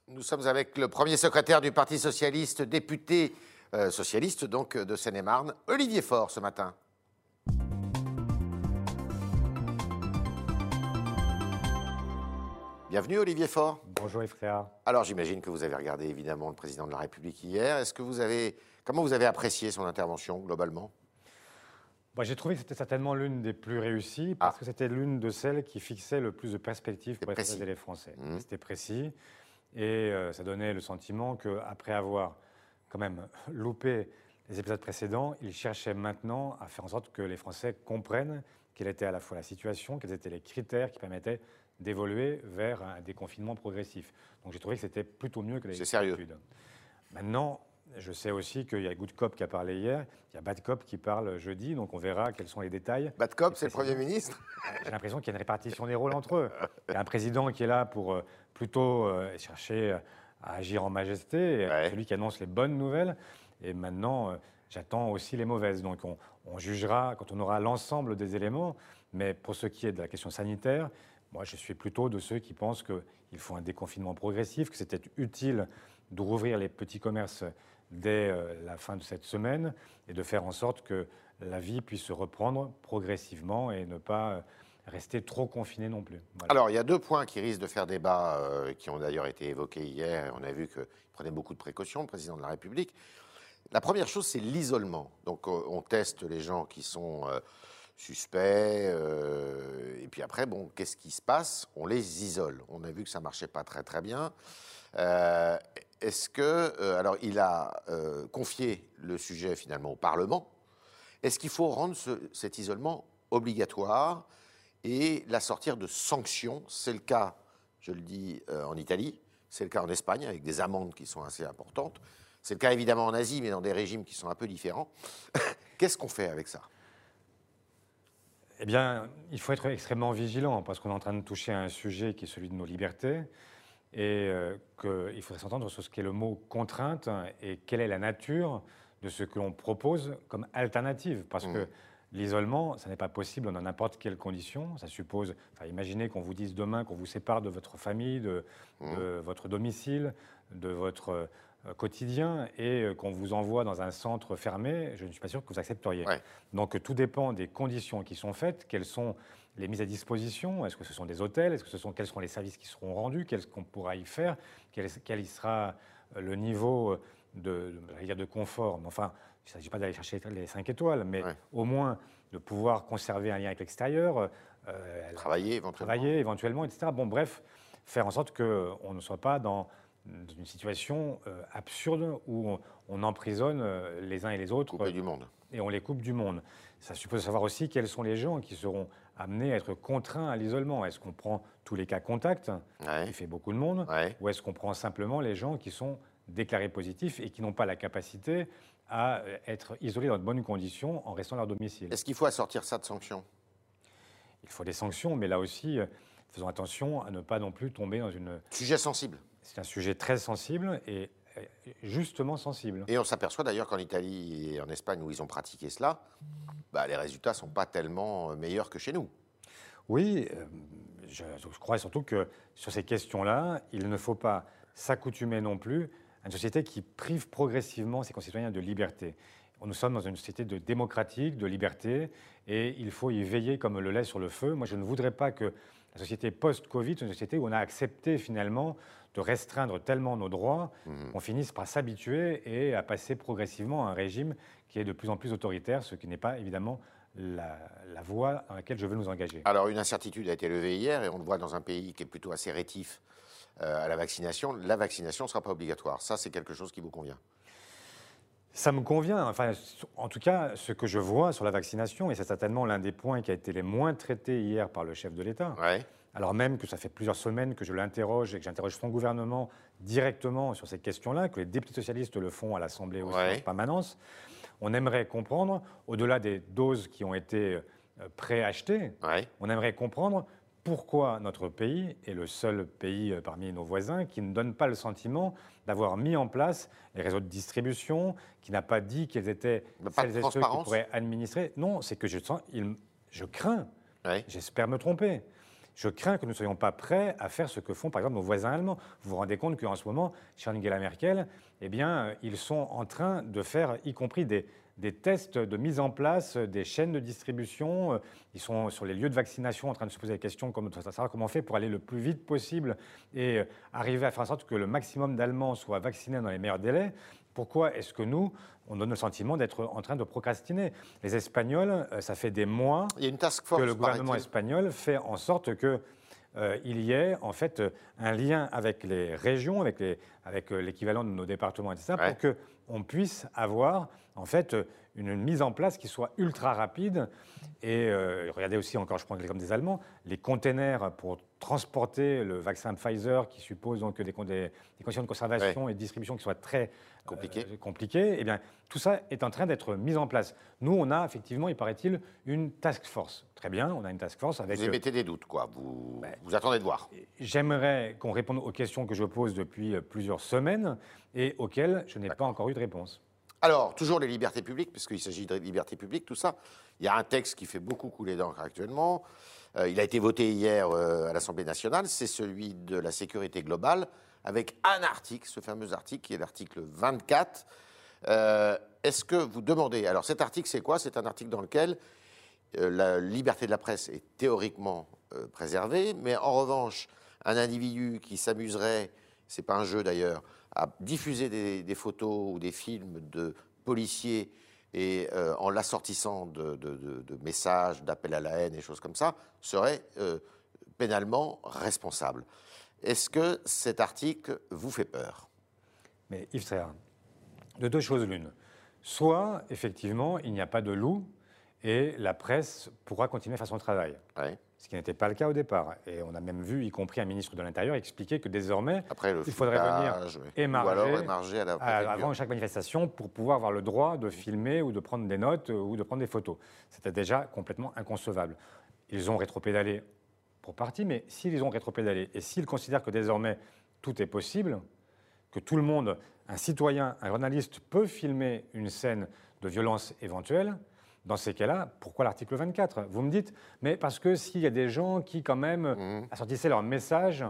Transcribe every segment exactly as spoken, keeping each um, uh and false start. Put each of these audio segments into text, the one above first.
Nous sommes avec le premier secrétaire du Parti socialiste, député euh, socialiste donc de Seine-et-Marne, Olivier Faure, ce matin. Bienvenue Olivier Faure. Bonjour Efréa. Alors j'imagine que vous avez regardé évidemment le président de la République hier. Est-ce que vous avez, comment vous avez apprécié son intervention globalement? Bon, j'ai trouvé que c'était certainement l'une des plus réussies parce ah. que c'était l'une de celles qui fixait le plus de perspectives pour les Françaises et les Français. Mmh. C'était précis et euh, ça donnait le sentiment qu'après avoir quand même loupé les épisodes précédents, il cherchait maintenant à faire en sorte que les Français comprennent quelle était à la fois la situation, quels étaient les critères qui permettaient d'évoluer vers un déconfinement progressif. Donc j'ai trouvé que c'était plutôt mieux que les habitudes. Maintenant, je sais aussi qu'il y a Good Cop qui a parlé hier, il y a Bad Cop qui parle jeudi, donc on verra quels sont les détails. Bad Cop, c'est le Premier ministre? J'ai l'impression qu'il y a une répartition des rôles entre eux. Il y a un président qui est là pour euh, plutôt euh, chercher à agir en majesté, ouais. Celui qui annonce les bonnes nouvelles. Et maintenant, euh, j'attends aussi les mauvaises. Donc on, on jugera quand on aura l'ensemble des éléments. Mais pour ce qui est de la question sanitaire, moi je suis plutôt de ceux qui pensent qu'il faut un déconfinement progressif, que c'était utile de rouvrir les petits commerces dès la fin de cette semaine et de faire en sorte que la vie puisse se reprendre progressivement et ne pas rester trop confiné non plus. Voilà. Alors, il y a deux points qui risquent de faire débat, euh, qui ont d'ailleurs été évoqués hier. On a vu qu'il prenait beaucoup de précautions, le président de la République. La première chose, c'est l'isolement. Donc, on teste les gens qui sont euh, suspects. Euh, et puis après, bon, qu'est-ce qui se passe? On les isole. On a vu que ça ne marchait pas très, très bien. Euh, Est-ce que, euh, alors il a euh, confié le sujet finalement au Parlement, est-ce qu'il faut rendre ce, cet isolement obligatoire et l'assortir de sanctions? C'est le cas, je le dis, euh, en Italie, c'est le cas en Espagne avec des amendes qui sont assez importantes, c'est le cas évidemment en Asie mais dans des régimes qui sont un peu différents. Qu'est-ce qu'on fait avec ça? Eh bien, il faut être extrêmement vigilant parce qu'on est en train de toucher à un sujet qui est celui de nos libertés. Et euh, qu'il faudrait s'entendre sur ce qu'est le mot contrainte et quelle est la nature de ce que l'on propose comme alternative. Parce mmh. que l'isolement, ça n'est pas possible dans n'importe quelle condition. Ça suppose, enfin, imaginez qu'on vous dise demain qu'on vous sépare de votre famille, de, mmh. de votre domicile, de votre euh, quotidien et euh, qu'on vous envoie dans un centre fermé. Je ne suis pas sûr que vous accepteriez. Ouais. Donc tout dépend des conditions qui sont faites, quelles sont les mises à disposition, est-ce que ce sont des hôtels, est-ce que ce sont, quels seront les services qui seront rendus, qu'est-ce qu'on pourra y faire, quel, quel sera le niveau de, de, de confort. Mais enfin, il ne s'agit pas d'aller chercher les cinq étoiles, mais ouais. au moins de pouvoir conserver un lien avec l'extérieur, euh, travailler éventuellement. Travailler éventuellement, et cetera. Bon, bref, faire en sorte qu'on ne soit pas dans une situation euh, absurde où on, on emprisonne euh, les uns et les autres. Coupés du monde. Et on les coupe du monde. Ça suppose savoir aussi quels sont les gens qui seront amenés à être contraints à l'isolement. Est-ce qu'on prend tous les cas contacts, ouais. qui fait beaucoup de monde, ouais. ou est-ce qu'on prend simplement les gens qui sont déclarés positifs et qui n'ont pas la capacité à être isolés dans de bonnes conditions en restant à leur domicile? Est-ce qu'il faut assortir ça de sanctions? Il faut des sanctions, mais là aussi, faisons attention à ne pas non plus tomber dans une... Sujet sensible. C'est un sujet très sensible et justement sensible. Et on s'aperçoit d'ailleurs qu'en Italie et en Espagne, où ils ont pratiqué cela, bah, les résultats ne sont pas tellement meilleurs que chez nous. Oui, euh, je, je crois surtout que sur ces questions-là, il ne faut pas s'accoutumer non plus à une société qui prive progressivement ses concitoyens de liberté. Nous sommes dans une société de démocratique, de liberté, et il faut y veiller comme le lait sur le feu. Moi, je ne voudrais pas que la société post-Covid soit une société où on a accepté finalement de restreindre tellement nos droits mmh. qu'on finisse par s'habituer et à passer progressivement à un régime qui est de plus en plus autoritaire, ce qui n'est pas évidemment la, la voie dans laquelle je veux nous engager. Alors, une incertitude a été levée hier, et on le voit dans un pays qui est plutôt assez rétif euh, à la vaccination. La vaccination ne sera pas obligatoire. Ça, c'est quelque chose qui vous convient? Ça me convient. Enfin, en tout cas, ce que je vois sur la vaccination, et c'est certainement l'un des points qui a été les moins traités hier par le chef de l'État, ouais. alors même que ça fait plusieurs semaines que je l'interroge et que j'interroge son gouvernement directement sur ces questions-là, que les députés socialistes le font à l'Assemblée aussi ouais. en permanence, on aimerait comprendre, au-delà des doses qui ont été préachetées, ouais. on aimerait comprendre pourquoi notre pays est le seul pays parmi nos voisins qui ne donne pas le sentiment d'avoir mis en place les réseaux de distribution, qui n'a pas dit quels étaient celles et ceux qui pourraient administrer. Non, c'est que je, sens, il, je crains, oui. j'espère me tromper, Je crains que nous ne soyons pas prêts à faire ce que font par exemple nos voisins allemands. Vous vous rendez compte qu'en ce moment, chez Angela Merkel, eh bien, ils sont en train de faire, y compris des, des tests de mise en place des chaînes de distribution. Ils sont sur les lieux de vaccination en train de se poser la question comment, savoir comment on fait pour aller le plus vite possible et arriver à faire en sorte que le maximum d'Allemands soient vaccinés dans les meilleurs délais. Pourquoi est-ce que nous, on donne le sentiment d'être en train de procrastiner? Les Espagnols, ça fait des mois Il y a une task force, que le gouvernement espagnol fait en sorte que euh, il y ait en fait un lien avec les régions, avec, les, avec l'équivalent de nos départements, et cetera, ouais. pour qu'on puisse avoir en fait une mise en place qui soit ultra rapide. Et euh, regardez aussi encore, je prends l'exemple des Allemands, les containers pour transporter le vaccin Pfizer qui suppose donc des, des, des conditions de conservation ouais. et de distribution qui soient très compliquées. Euh, compliquées. Eh bien, tout ça est en train d'être mis en place. Nous, on a effectivement, il paraît-il, une task force. Très bien, on a une task force avec... Vous émettez des doutes, quoi. Vous, ben, vous attendez de voir. J'aimerais qu'on réponde aux questions que je pose depuis plusieurs semaines et auxquelles je n'ai pas encore eu de réponse. Alors, toujours les libertés publiques, puisqu'il s'agit de libertés publiques, tout ça. Il y a un texte qui fait beaucoup couler d'encre actuellement. Euh, il a été voté hier euh, à l'Assemblée nationale. C'est celui de la sécurité globale, avec un article, ce fameux article, qui est l'article vingt-quatre. Euh, Est-ce que vous demandez... Alors, cet article, c'est quoi? C'est un article dans lequel euh, la liberté de la presse est théoriquement euh, préservée, mais en revanche, un individu qui s'amuserait, c'est pas un jeu d'ailleurs, à diffuser des, des photos ou des films de policiers et euh, en l'assortissant de, de, de, de messages, d'appels à la haine et choses comme ça, serait euh, pénalement responsable. Est-ce que cet article vous fait peur? Mais Yves Tréhard, de deux choses l'une. Soit, effectivement, il n'y a pas de loup et la presse pourra continuer à faire son travail. Ouais. Ce qui n'était pas le cas au départ. Et on a même vu, y compris un ministre de l'Intérieur, expliquer que désormais, Après, le il faudrait foutage, venir oui. émarger, Ou alors émarger à la à, avant chaque manifestation pour pouvoir avoir le droit de filmer ou de prendre des notes ou de prendre des photos. C'était déjà complètement inconcevable. Ils ont rétropédalé pour partie, mais s'ils ont rétropédalé et s'ils considèrent que désormais tout est possible, que tout le monde, un citoyen, un journaliste peut filmer une scène de violence éventuelle, dans ces cas-là, pourquoi l'article vingt-quatre? Vous me dites, mais parce que s'il y a des gens qui, quand même, mmh. assortissaient leur message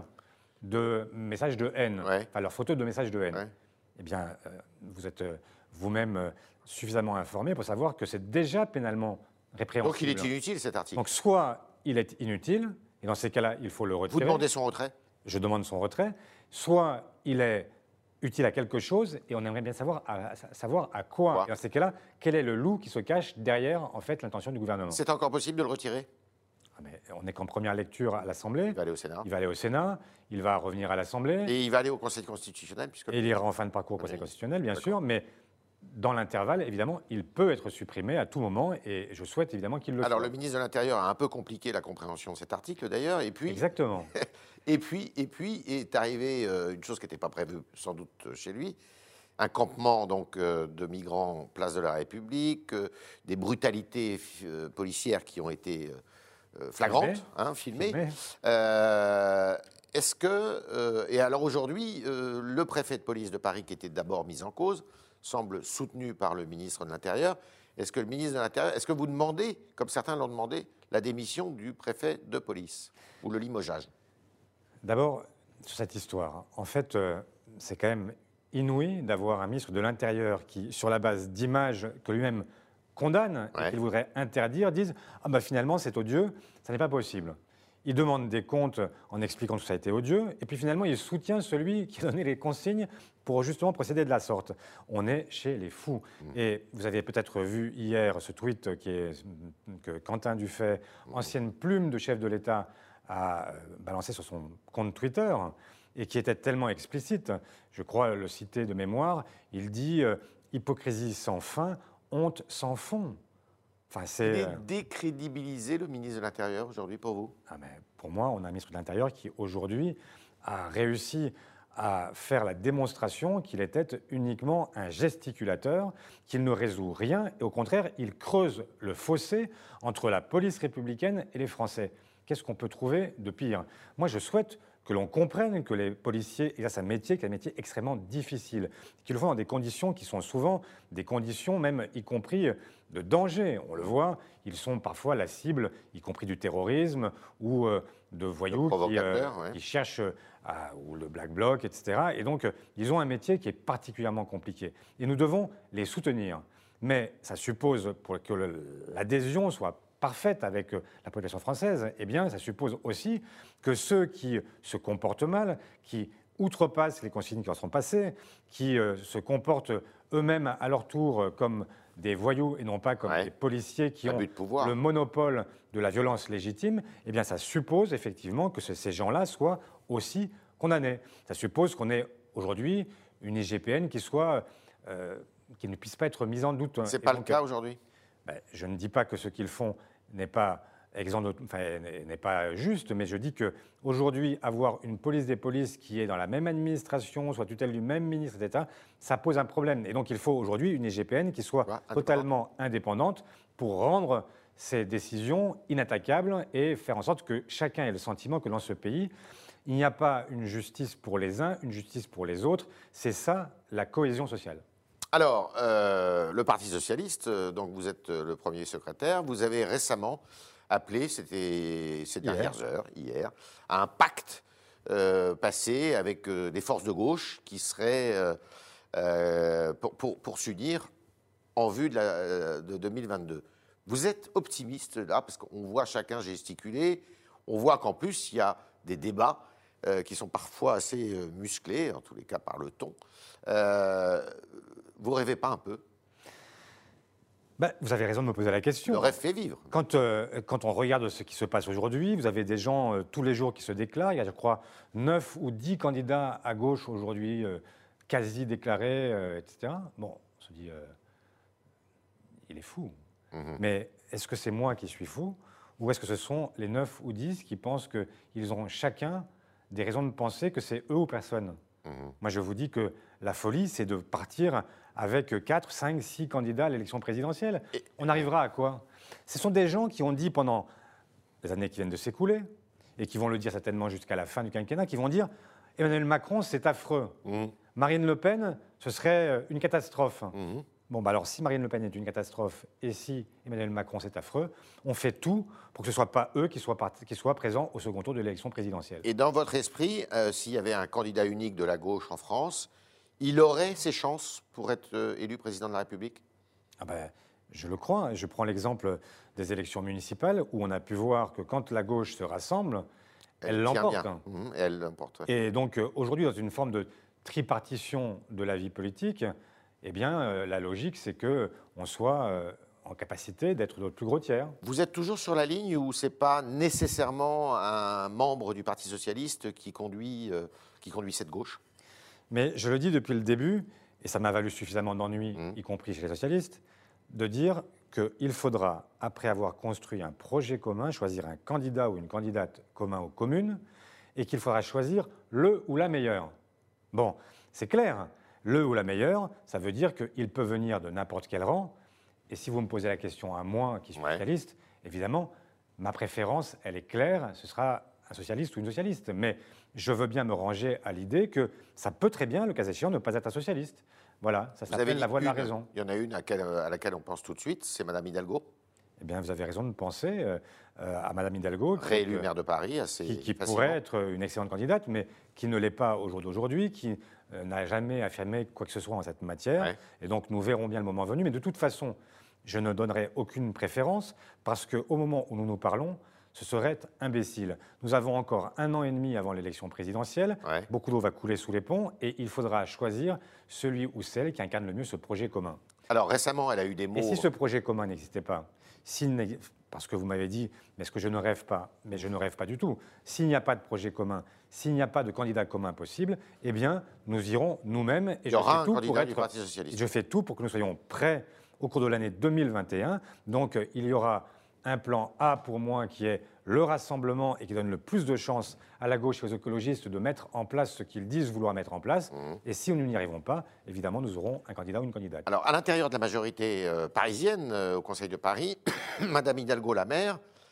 de, message de haine, ouais. enfin leur photo de message de haine, ouais. eh bien, euh, vous êtes euh, vous-même euh, suffisamment informé pour savoir que c'est déjà pénalement répréhensible. Donc il est inutile, cet article. Donc soit il est inutile, et dans ces cas-là, il faut le retirer. Vous demandez son retrait? Je demande son retrait. Soit il est utile à quelque chose, et on aimerait bien savoir à, savoir à quoi. quoi. Et dans ces cas-là, quel est le loup qui se cache derrière en fait, l'intention du gouvernement? C'est encore possible de le retirer? ah mais On n'est qu'en première lecture à l'Assemblée. Il va aller au Sénat. Il va aller au Sénat, il va revenir à l'Assemblée. Et il va aller au Conseil constitutionnel puisque... Et il ira en fin de parcours au Conseil oui. constitutionnel, bien sûr, mais dans l'intervalle, évidemment, il peut être supprimé à tout moment, et je souhaite évidemment qu'il le Alors, soit. le ministre de l'Intérieur a un peu compliqué la compréhension de cet article, d'ailleurs, et puis... Exactement. et, puis, et puis est arrivé euh, une chose qui n'était pas prévue, sans doute, chez lui, un campement donc, euh, de migrants place de la République, euh, des brutalités euh, policières qui ont été euh, flagrantes, filmées. Hein, filmées. filmées. Euh, est-ce que... Euh, et alors, aujourd'hui, euh, le préfet de police de Paris, qui était d'abord mis en cause, semble soutenu par le ministre de l'Intérieur. Est-ce que le ministre de l'Intérieur, est-ce que vous demandez, comme certains l'ont demandé, la démission du préfet de police ou le limogeage? D'abord, sur cette histoire, en fait, euh, c'est quand même inouï d'avoir un ministre de l'Intérieur qui, sur la base d'images que lui-même condamne ouais. et qu'il voudrait interdire, dise « Ah ben finalement, c'est odieux, ça n'est pas possible ». Il demande des comptes en expliquant que ça a été odieux, et puis finalement, il soutient celui qui a donné les consignes pour justement procéder de la sorte. On est chez les fous. Mmh. Et vous avez peut-être vu hier ce tweet qui est, que Quentin Dufay, mmh. ancienne plume de chef de l'État, a balancé sur son compte Twitter, et qui était tellement explicite, je crois le citer de mémoire, il dit euh, « hypocrisie sans fin, honte sans fond ». Enfin, c'est... Il est décrédibilisé, le ministre de l'Intérieur, aujourd'hui, pour vous? ah mais Pour moi, on a un ministre de l'Intérieur qui, aujourd'hui, a réussi à faire la démonstration qu'il était uniquement un gesticulateur, qu'il ne résout rien, et au contraire, il creuse le fossé entre la police républicaine et les Français. Qu'est-ce qu'on peut trouver de pire? Moi, je souhaite que l'on comprenne que les policiers exercent un métier qui est un métier extrêmement difficile, qu'ils le font dans des conditions qui sont souvent des conditions même, y compris de danger. On le voit, ils sont parfois la cible, y compris du terrorisme ou euh, de voyous qui, euh, ouais. qui cherchent, à, ou le Black Bloc, et cetera. Et donc, euh, ils ont un métier qui est particulièrement compliqué. Et nous devons les soutenir. Mais ça suppose, pour que l'adhésion soit parfaite avec la population française, eh bien, ça suppose aussi que ceux qui se comportent mal, qui outrepassent les consignes qui leur sont passées, qui euh, se comportent eux-mêmes à leur tour comme des voyous et non pas comme ouais. des policiers qui ont le monopole de la violence légitime, eh bien, ça suppose effectivement que ce, ces gens-là soient aussi condamnés. Ça suppose qu'on ait aujourd'hui une I G P N qui soit, euh, qui ne puisse pas être mise en doute. C'est pas donc, le cas aujourd'hui. Ben, je ne dis pas que ce qu'ils font n'est pas exempt de, enfin, n'est pas juste, mais je dis qu'aujourd'hui, avoir une police des polices qui est dans la même administration, soit tutelle du même ministre d'État, ça pose un problème. Et donc, il faut aujourd'hui une I G P N qui soit ouais, totalement indépendante pour rendre ces décisions inattaquables et faire en sorte que chacun ait le sentiment que dans ce pays, il n'y a pas une justice pour les uns, une justice pour les autres. C'est ça, la cohésion sociale. Alors, euh, le Parti socialiste, donc vous êtes le premier secrétaire, vous avez récemment appelé, c'était ces dernières hier. heures, hier, à un pacte euh, passé avec euh, des forces de gauche qui seraient euh, euh, pour, pour, pour s'unir en vue de, la, de deux mille vingt-deux. Vous êtes optimiste là, parce qu'on voit chacun gesticuler, on voit qu'en plus il y a des débats euh, qui sont parfois assez euh, musclés, en tous les cas par le ton. Euh, Vous rêvez pas un peu? Ben, vous avez raison de me poser la question. Le rêve fait vivre. Quand, euh, quand on regarde ce qui se passe aujourd'hui, vous avez des gens euh, tous les jours qui se déclarent. Il y a, je crois, neuf ou dix candidats à gauche aujourd'hui, euh, quasi déclarés, euh, et cetera. Bon, on se dit, euh, il est fou. Mmh. Mais est-ce que c'est moi qui suis fou? Ou est-ce que ce sont les neuf ou dix qui pensent qu'ils ont chacun des raisons de penser que c'est eux ou personne? Mmh. Moi, je vous dis que la folie, c'est de partir avec quatre, cinq, six candidats à l'élection présidentielle. Et on arrivera à quoi? Ce sont des gens qui ont dit pendant les années qui viennent de s'écouler, et qui vont le dire certainement jusqu'à la fin du quinquennat, qui vont dire « Emmanuel Macron, c'est affreux. Mmh. Marine Le Pen, ce serait une catastrophe. Mmh. » Bon, bah alors, si Marine Le Pen est une catastrophe et si Emmanuel Macron, c'est affreux, on fait tout pour que ce ne soit pas eux qui soient, part... qui soient présents au second tour de l'élection présidentielle. Et dans votre esprit, euh, s'il y avait un candidat unique de la gauche en France, il aurait ses chances pour être euh, élu président de la République? Ah ben, je le crois. Je prends l'exemple des élections municipales où on a pu voir que quand la gauche se rassemble, elle l'emporte. Mmh, elle l'emporte. Ouais. Et donc euh, aujourd'hui, dans une forme de tripartition de la vie politique, eh bien, euh, la logique, c'est qu'on soit euh, en capacité d'être le plus gros tiers. Vous êtes toujours sur la ligne où ce n'est pas nécessairement un membre du Parti socialiste qui conduit, euh, qui conduit cette gauche? Mais je le dis depuis le début, et ça m'a valu suffisamment d'ennuis, mmh. y compris chez les socialistes, de dire qu'il faudra, après avoir construit un projet commun, choisir un candidat ou une candidate commun aux communes, et qu'il faudra choisir le ou la meilleure. Bon, c'est clair. Le ou la meilleure, ça veut dire qu'il peut venir de n'importe quel rang. Et si vous me posez la question à moi, qui suis ouais. socialiste, évidemment, ma préférence, elle est claire, ce sera un socialiste ou une socialiste. Mais je veux bien me ranger à l'idée que ça peut très bien, le cas échéant, ne pas être un socialiste. Voilà, ça s'appelle la voie de la raison. Il y en a une à laquelle, à laquelle on pense tout de suite, c'est Mme Hidalgo. Eh bien, vous avez raison de penser euh, à Mme Hidalgo. Réélue euh, maire de Paris, assez Qui, qui facilement. pourrait être une excellente candidate, mais qui ne l'est pas au jour d'aujourd'hui, qui euh, n'a jamais affirmé quoi que ce soit en cette matière. Ouais. Et donc, nous verrons bien le moment venu. Mais de toute façon, je ne donnerai aucune préférence, parce qu'au moment où nous nous parlons, ce serait imbécile. Nous avons encore un an et demi avant l'élection présidentielle. Ouais. Beaucoup d'eau va couler sous les ponts et il faudra choisir celui ou celle qui incarne le mieux ce projet commun. Alors récemment, elle a eu des mots... Et si ce projet commun n'existait pas, parce que vous m'avez dit, mais est-ce que je ne rêve pas? Mais je ne rêve pas du tout. S'il n'y a pas de projet commun, s'il n'y a pas de candidat commun possible, eh bien, nous irons nous-mêmes. Et il y aura un candidat du Parti socialiste. Je fais tout pour que nous soyons prêts au cours de l'année deux mille vingt et un. Donc, il y aura un plan A pour moi qui est le rassemblement et qui donne le plus de chances à la gauche et aux écologistes de mettre en place ce qu'ils disent vouloir mettre en place. Mmh. Et si nous n'y arrivons pas, évidemment, nous aurons un candidat ou une candidate. Alors, à l'intérieur de la majorité euh, parisienne, euh, au Conseil de Paris, Madame Hidalgo, la maire,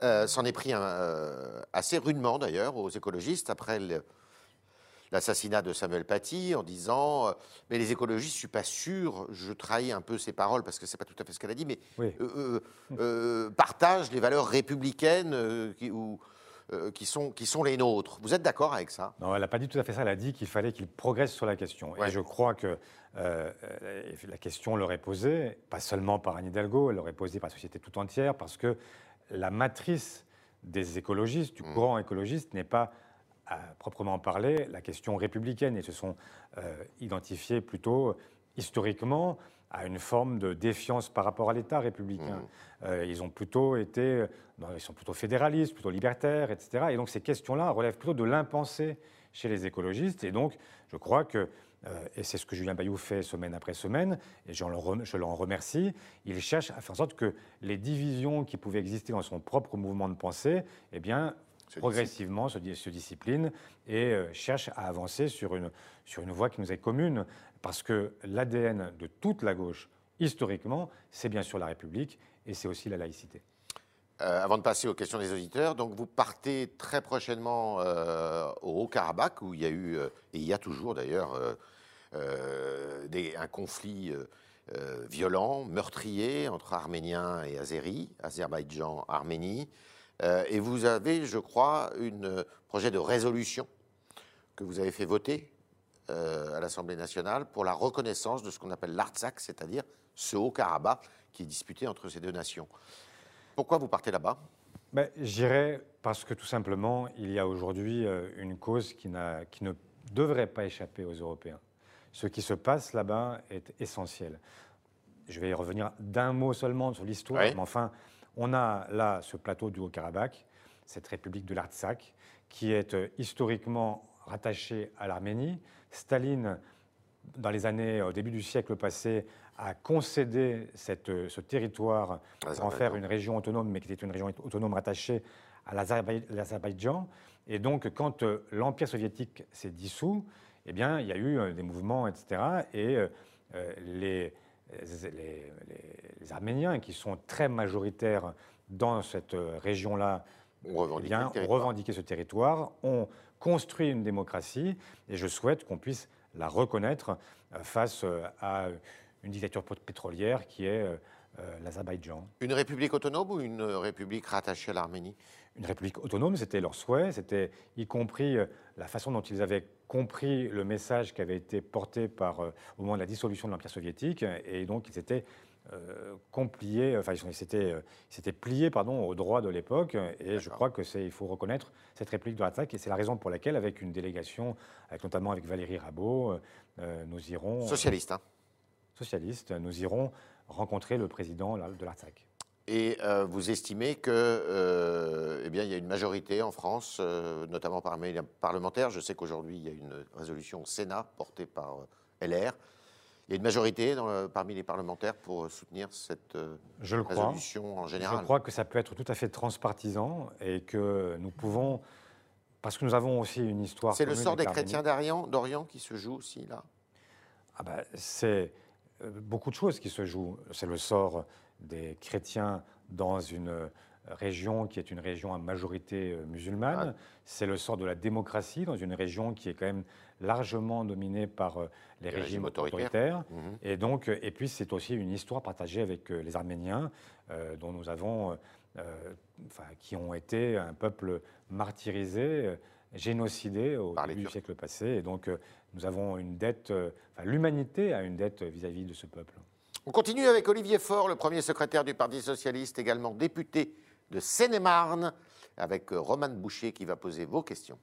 euh, s'en est pris un, euh, assez rudement d'ailleurs aux écologistes après le, l'assassinat de Samuel Paty en disant euh, mais les écologistes, je ne suis pas sûr, je trahis un peu ses paroles parce que ce n'est pas tout à fait ce qu'elle a dit, mais Oui. euh, euh, euh, partagent les valeurs républicaines euh, qui, ou, euh, qui, sont, qui sont les nôtres. Vous êtes d'accord avec ça? Non, elle n'a pas dit tout à fait ça. Elle a dit qu'il fallait qu'il progresse sur la question. Ouais. Et je crois que euh, la question leur est posée, pas seulement par Anne Hidalgo, elle leur est posée par la société tout entière, parce que la matrice des écologistes, du Mmh. courant écologiste, n'est pas à proprement parler la question républicaine. Ils se sont euh, identifiés plutôt historiquement à une forme de défiance par rapport à l'État républicain. Mmh. Euh, ils ont plutôt été, non, ils sont plutôt fédéralistes, plutôt libertaires, et cetera. Et donc ces questions-là relèvent plutôt de l'impensé chez les écologistes. Et donc je crois que, euh, et c'est ce que Julien Bayou fait semaine après semaine, et je l'en remercie, il cherche à faire en sorte que les divisions qui pouvaient exister dans son propre mouvement de pensée, eh bien, se progressivement se, se discipline et euh, cherche à avancer sur une, sur une voie qui nous est commune. Parce que l'A D N de toute la gauche, historiquement, c'est bien sûr la République et c'est aussi la laïcité. Euh, avant de passer aux questions des auditeurs, donc vous partez très prochainement euh, au Haut-Karabakh, où il y a eu, euh, et il y a toujours d'ailleurs, euh, euh, des, un conflit euh, euh, violent, meurtrier entre Arméniens et Azéris, Azerbaïdjan, Arménie. Euh, et vous avez, je crois, un projet de résolution que vous avez fait voter euh, à l'Assemblée nationale pour la reconnaissance de ce qu'on appelle l'Artsakh, c'est-à-dire ce Haut-Karabakh qui est disputé entre ces deux nations. Pourquoi vous partez là-bas? Ben, j'irai parce que tout simplement, il y a aujourd'hui une cause qui, qui ne devrait pas échapper aux Européens. Ce qui se passe là-bas est essentiel. Je vais y revenir d'un mot seulement sur l'histoire, oui. Mais enfin, on a là ce plateau du Haut-Karabakh, cette république de l'Artsakh, qui est historiquement rattachée à l'Arménie. Staline, dans les années, au début du siècle passé, a concédé cette, ce territoire pour en faire une région autonome, mais qui était une région autonome rattachée à l'Azerbaïdjan. Et donc, quand l'Empire soviétique s'est dissous, eh bien, il y a eu des mouvements, et cetera. Et euh, les, les, les, les Arméniens, qui sont très majoritaires dans cette région-là, ont eh bien, revendiqué ce territoire, ont construit une démocratie, et je souhaite qu'on puisse la reconnaître face à une dictature pétrolière qui est euh, l'Azerbaïdjan. Une république autonome ou une république rattachée à l'Arménie? Une république autonome, c'était leur souhait, c'était y compris euh, la façon dont ils avaient compris le message qui avait été porté par, euh, au moment de la dissolution de l'Empire soviétique, et donc ils étaient euh, compliés, enfin ils s'étaient euh, pliés pardon, aux droits de l'époque, et je crois que c'est, il faut reconnaître cette république de l'Artsakh, et c'est la raison pour laquelle, avec une délégation, avec, notamment avec Valérie Rabault, euh, nous irons... Socialiste, hein socialistes, nous irons rencontrer le président de l'Artsakh. Et euh, vous estimez que, euh, eh bien, il y a une majorité en France, euh, notamment parmi les parlementaires. Je sais qu'aujourd'hui, il y a une résolution au Sénat portée par euh, L R. Il y a une majorité dans le, parmi les parlementaires pour soutenir cette euh, Je le résolution crois. en général. Je crois que ça peut être tout à fait transpartisan et que nous pouvons, parce que nous avons aussi une histoire. C'est le sort des chrétiens d'Orient qui se joue aussi là. Ah ben, c'est beaucoup de choses qui se jouent. C'est le sort des chrétiens dans une région qui est une région à majorité musulmane. Ah. C'est le sort de la démocratie dans une région qui est quand même largement dominée par les, les régimes, régimes autoritaires. autoritaires. Mmh. Et, donc, et puis c'est aussi une histoire partagée avec les Arméniens, euh, dont nous avons, euh, enfin, qui ont été un peuple martyrisé, génocidé au par début du siècle passé. Et donc nous avons une dette, euh, enfin, l'humanité a une dette vis-à-vis de ce peuple. On continue avec Olivier Faure, le premier secrétaire du Parti socialiste, également député de Seine-et-Marne, avec Romane Boucher qui va poser vos questions.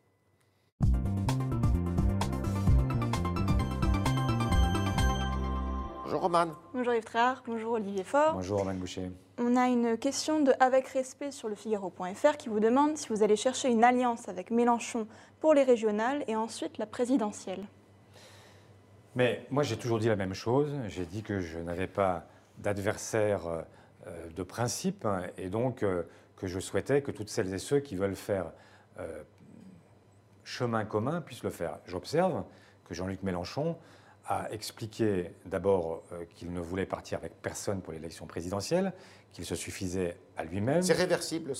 Bonjour Romane. Bonjour Yves Tréhard, bonjour Olivier Faure. Bonjour Romane Boucher. On a une question de Avec Respect sur le Figaro point F R qui vous demande si vous allez chercher une alliance avec Mélenchon pour les régionales et ensuite la présidentielle. Mais moi, j'ai toujours dit la même chose. J'ai dit que je n'avais pas d'adversaire euh, de principe hein, et donc euh, que je souhaitais que toutes celles et ceux qui veulent faire euh, chemin commun puissent le faire. J'observe que Jean-Luc Mélenchon a expliqué d'abord euh, qu'il ne voulait partir avec personne pour l'élection présidentielle, qu'il se suffisait à lui-même. C'est réversible, ça?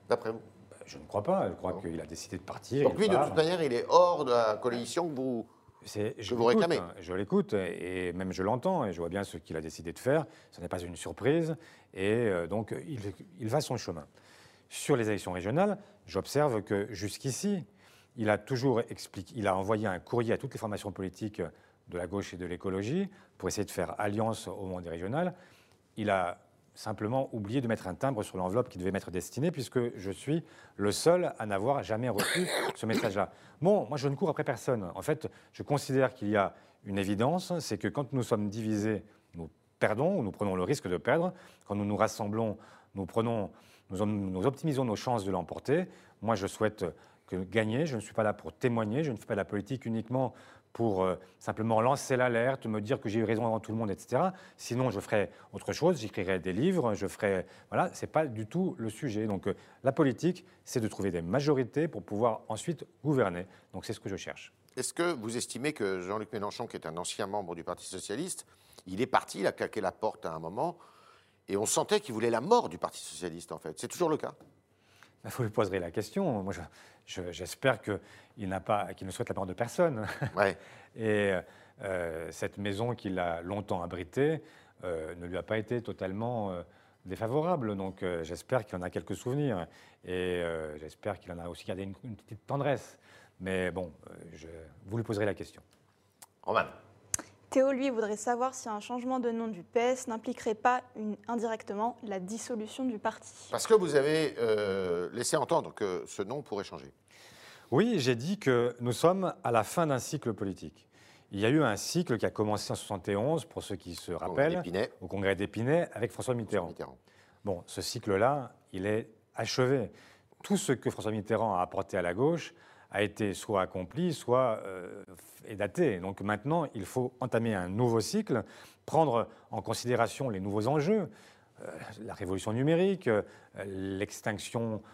d'après vous? Je ne crois pas. Je crois qu'il a décidé de partir. Donc lui, de toute manière, il est hors de la coalition que vous, que vous réclamez. Je l'écoute et même je l'entends et je vois bien ce qu'il a décidé de faire. Ce n'est pas une surprise et donc il, il va son chemin. Sur les élections régionales, j'observe que jusqu'ici, il a toujours expliqué, il a envoyé un courrier à toutes les formations politiques de la gauche et de l'écologie pour essayer de faire alliance au moment des régionales. Il a simplement oublié de mettre un timbre sur l'enveloppe qui devait m'être destinée, puisque je suis le seul à n'avoir jamais reçu ce message-là. Bon, moi je ne cours après personne. En fait, je considère qu'il y a une évidence, c'est que quand nous sommes divisés, nous perdons ou nous prenons le risque de perdre. Quand nous nous rassemblons, nous, prenons, nous, nous optimisons nos chances de l'emporter. Moi je souhaite que gagner, je ne suis pas là pour témoigner, je ne fais pas de la politique uniquement pour euh, simplement lancer l'alerte, me dire que j'ai eu raison avant tout le monde, et cetera. Sinon, je ferais autre chose, j'écrirais des livres, je ferais... Voilà, ce n'est pas du tout le sujet. Donc euh, la politique, c'est de trouver des majorités pour pouvoir ensuite gouverner. Donc c'est ce que je cherche. Est-ce que vous estimez que Jean-Luc Mélenchon, qui est un ancien membre du Parti socialiste, il est parti, il a claqué la porte à un moment, et on sentait qu'il voulait la mort du Parti socialiste, en fait. C'est toujours le cas? Il faut lui poser la question. Moi, je, je, j'espère qu'il n'a pas, qu'il ne souhaite la mort de personne. Ouais. Et euh, cette maison qu'il a longtemps abritée euh, ne lui a pas été totalement euh, défavorable. Donc, euh, j'espère qu'il en a quelques souvenirs. Et euh, j'espère qu'il en a aussi gardé une, une petite tendresse. Mais bon, euh, je, vous lui poserez la question. Roman. Théo, lui, voudrait savoir si un changement de nom du P S n'impliquerait pas une, indirectement la dissolution du parti. Parce que vous avez euh, laissé entendre que ce nom pourrait changer. Oui, j'ai dit que nous sommes à la fin d'un cycle politique. Il y a eu un cycle qui a commencé en soixante et onze, pour ceux qui se rappellent, au Congrès d'Épinay, avec François Mitterrand. Mitterrand. Bon, ce cycle-là, il est achevé. Tout ce que François Mitterrand a apporté à la gauche a été soit accompli, soit euh, est daté. Donc maintenant, il faut entamer un nouveau cycle, prendre en considération les nouveaux enjeux, euh, la révolution numérique, euh, l'extinction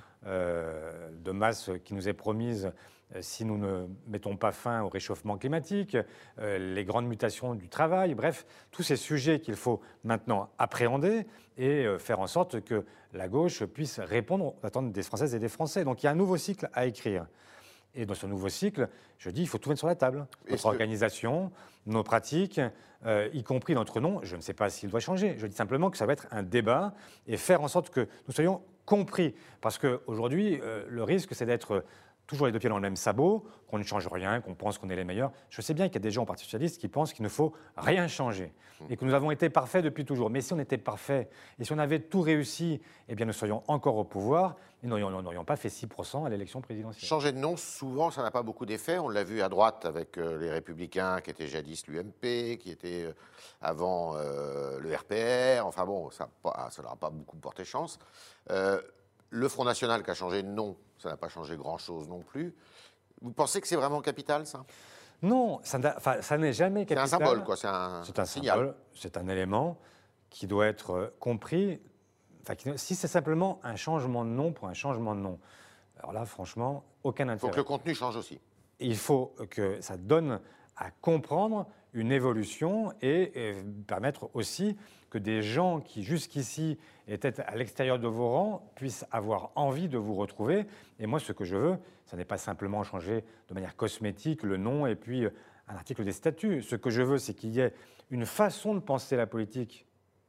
euh, de masse qui nous est promise euh, si nous ne mettons pas fin au réchauffement climatique, euh, les grandes mutations du travail, bref, tous ces sujets qu'il faut maintenant appréhender et euh, faire en sorte que la gauche puisse répondre aux attentes des Françaises et des Français. Donc il y a un nouveau cycle à écrire. Et dans ce nouveau cycle, je dis, il faut tout mettre sur la table. Notre organisation, nos pratiques, euh, y compris notre nom, je ne sais pas s'il doit changer. Je dis simplement que ça va être un débat et faire en sorte que nous soyons compris. Parce qu'aujourd'hui, euh, le risque, c'est d'être toujours les deux pieds dans le même sabot, qu'on ne change rien, qu'on pense qu'on est les meilleurs. Je sais bien qu'il y a des gens au Parti socialiste qui pensent qu'il ne faut rien changer et que nous avons été parfaits depuis toujours. Mais si on était parfaits et si on avait tout réussi, eh bien nous serions encore au pouvoir et nous n'aurions pas fait six pour cent à l'élection présidentielle. Changer de nom, souvent, ça n'a pas beaucoup d'effet. On l'a vu à droite avec euh, les Républicains, qui étaient jadis l'U M P, qui étaient euh, avant euh, le R P R. Enfin bon, ça ne leur a pas beaucoup porté chance. Euh, le Front National qui a changé de nom, ça n'a pas changé grand-chose non plus. Vous pensez que c'est vraiment capital, ça? Non, ça, ça n'est jamais capital. C'est un symbole, quoi. C'est un, c'est un signal. Symbole, c'est un élément qui doit être compris. Enfin, qui, si c'est simplement un changement de nom pour un changement de nom, alors là, franchement, aucun intérêt. Il faut que le contenu change aussi. Il faut que ça donne à comprendre une évolution et, et permettre aussi que des gens qui jusqu'ici étaient à l'extérieur de vos rangs puissent avoir envie de vous retrouver. Et moi, ce que je veux, ce n'est pas simplement changer de manière cosmétique le nom et puis un article des statuts. Ce que je veux, c'est qu'il y ait une façon de penser la politique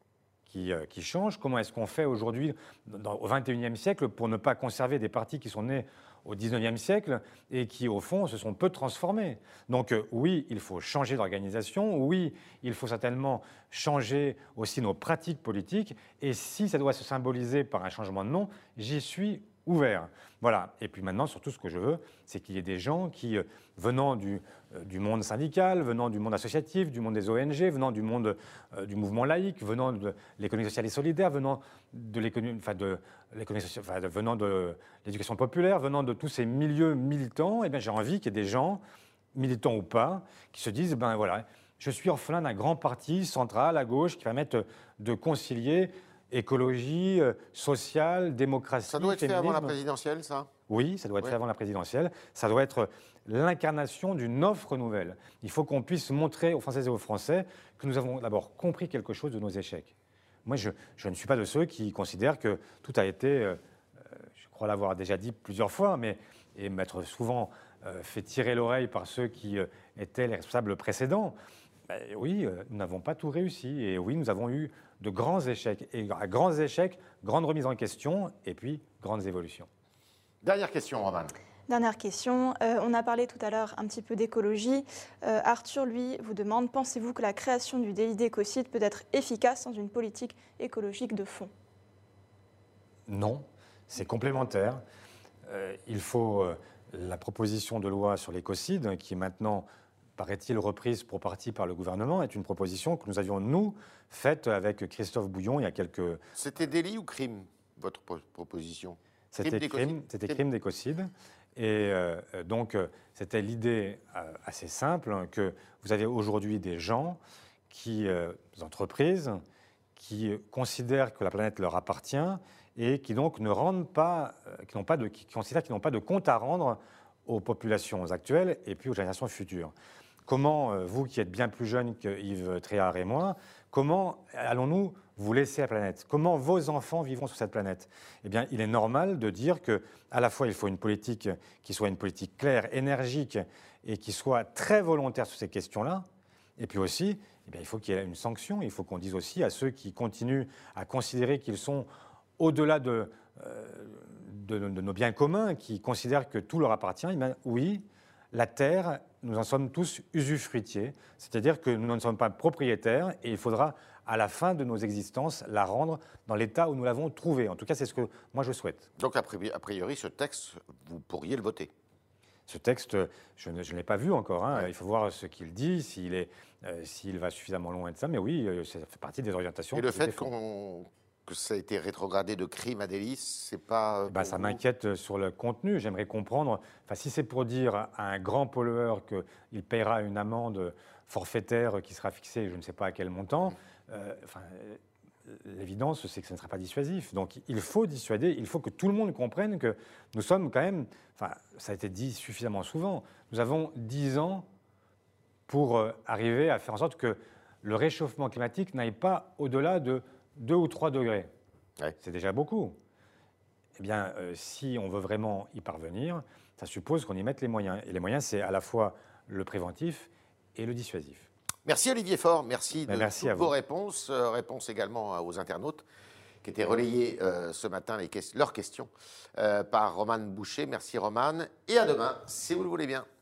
qui, euh, qui change. Comment est-ce qu'on fait aujourd'hui, au vingt et unième siècle, pour ne pas conserver des partis qui sont nés au dix-neuvième siècle et qui, au fond, se sont peu transformés. Donc euh, oui, il faut changer d'organisation, oui, il faut certainement changer aussi nos pratiques politiques, et si ça doit se symboliser par un changement de nom, j'y suis ouvert. Voilà. Et puis maintenant, surtout, ce que je veux, c'est qu'il y ait des gens qui, euh, venant du, euh, du monde syndical, venant du monde associatif, du monde des O N G, venant du monde euh, du mouvement laïque, venant de l'économie sociale et solidaire, venant de l'économie, enfin de l'économie sociale, enfin de, venant de l'éducation populaire, venant de tous ces milieux militants, eh bien, j'ai envie qu'il y ait des gens, militants ou pas, qui se disent, ben voilà, je suis orphelin d'un grand parti central à gauche qui permette de concilier écologie, euh, sociale, démocratie, Ça doit être féminisme. fait avant la présidentielle, ça? Oui, ça doit être ouais. fait avant la présidentielle. Ça doit être l'incarnation d'une offre nouvelle. Il faut qu'on puisse montrer aux Françaises et aux Français que nous avons d'abord compris quelque chose de nos échecs. Moi, je, je ne suis pas de ceux qui considèrent que tout a été, euh, je crois l'avoir déjà dit plusieurs fois, mais et m'être souvent euh, fait tirer l'oreille par ceux qui euh, étaient les responsables précédents. Ben, oui, euh, nous n'avons pas tout réussi. Et oui, nous avons eu de grands échecs. Et à grands échecs, grandes remises en question et puis grandes évolutions. Dernière question, Romane. Dernière question. Euh, on a parlé tout à l'heure un petit peu d'écologie. Euh, Arthur, lui, vous demande, pensez-vous que la création du délit d'écocide peut être efficace dans une politique écologique de fond? Non, c'est complémentaire. Euh, il faut euh, la proposition de loi sur l'écocide, qui est maintenant, paraît-il, reprise pour partie par le gouvernement, est une proposition que nous avions, nous, faite avec Christophe Bouillon il y a quelques... C'était délit ou crime, votre pro- proposition? C'était crime, c'était crime d'écocide. Et euh, donc, euh, c'était l'idée euh, assez simple hein, que vous avez aujourd'hui des gens, qui, euh, des entreprises, qui considèrent que la planète leur appartient et qui donc ne rendent pas, euh, qui n'ont pas de, qui considèrent qu'ils n'ont pas de compte à rendre aux populations actuelles et puis aux générations futures. Comment, euh, vous qui êtes bien plus jeune que Yves Tréhard et moi, comment allons-nous vous laisser la planète? Comment vos enfants vivront sur cette planète? Eh bien, il est normal de dire que, à la fois, il faut une politique qui soit une politique claire, énergique et qui soit très volontaire sur ces questions-là. Et puis aussi, eh bien, il faut qu'il y ait une sanction. Il faut qu'on dise aussi à ceux qui continuent à considérer qu'ils sont au-delà de, euh, de, de nos biens communs, qui considèrent que tout leur appartient. Eh bien, oui, la terre, nous en sommes tous usufruitiers, c'est-à-dire que nous n'en sommes pas propriétaires et il faudra, à la fin de nos existences, la rendre dans l'état où nous l'avons trouvée. En tout cas, c'est ce que moi je souhaite. Donc, a priori, ce texte, vous pourriez le voter? Ce texte, je ne, je ne l'ai pas vu encore. Hein. Il faut voir ce qu'il dit, s'il est, euh, s'il va suffisamment loin de ça. Mais oui, euh, ça fait partie des orientations. Et le fait qu'on... que ça a été rétrogradé de crime à délit, c'est pas... Ben, ça m'inquiète sur le contenu. J'aimerais comprendre, enfin, si c'est pour dire à un grand pollueur qu'il paiera une amende forfaitaire qui sera fixée, je ne sais pas à quel montant, euh, enfin, l'évidence, c'est que ce ne sera pas dissuasif. Donc il faut dissuader, il faut que tout le monde comprenne que nous sommes quand même, enfin, ça a été dit suffisamment souvent, nous avons dix ans pour euh, arriver à faire en sorte que le réchauffement climatique n'aille pas au-delà de deux ou trois degrés. Ouais. C'est déjà beaucoup. Eh bien, euh, si on veut vraiment y parvenir, ça suppose qu'on y mette les moyens. Et les moyens, c'est à la fois le préventif et le dissuasif. Merci Olivier Faure, merci de Ben, merci toutes vos réponses. Euh, réponses également aux internautes qui étaient relayées euh, ce matin, les que- leurs questions, euh, par Romane Boucher. Merci Romane, et à demain, si vous le voulez bien.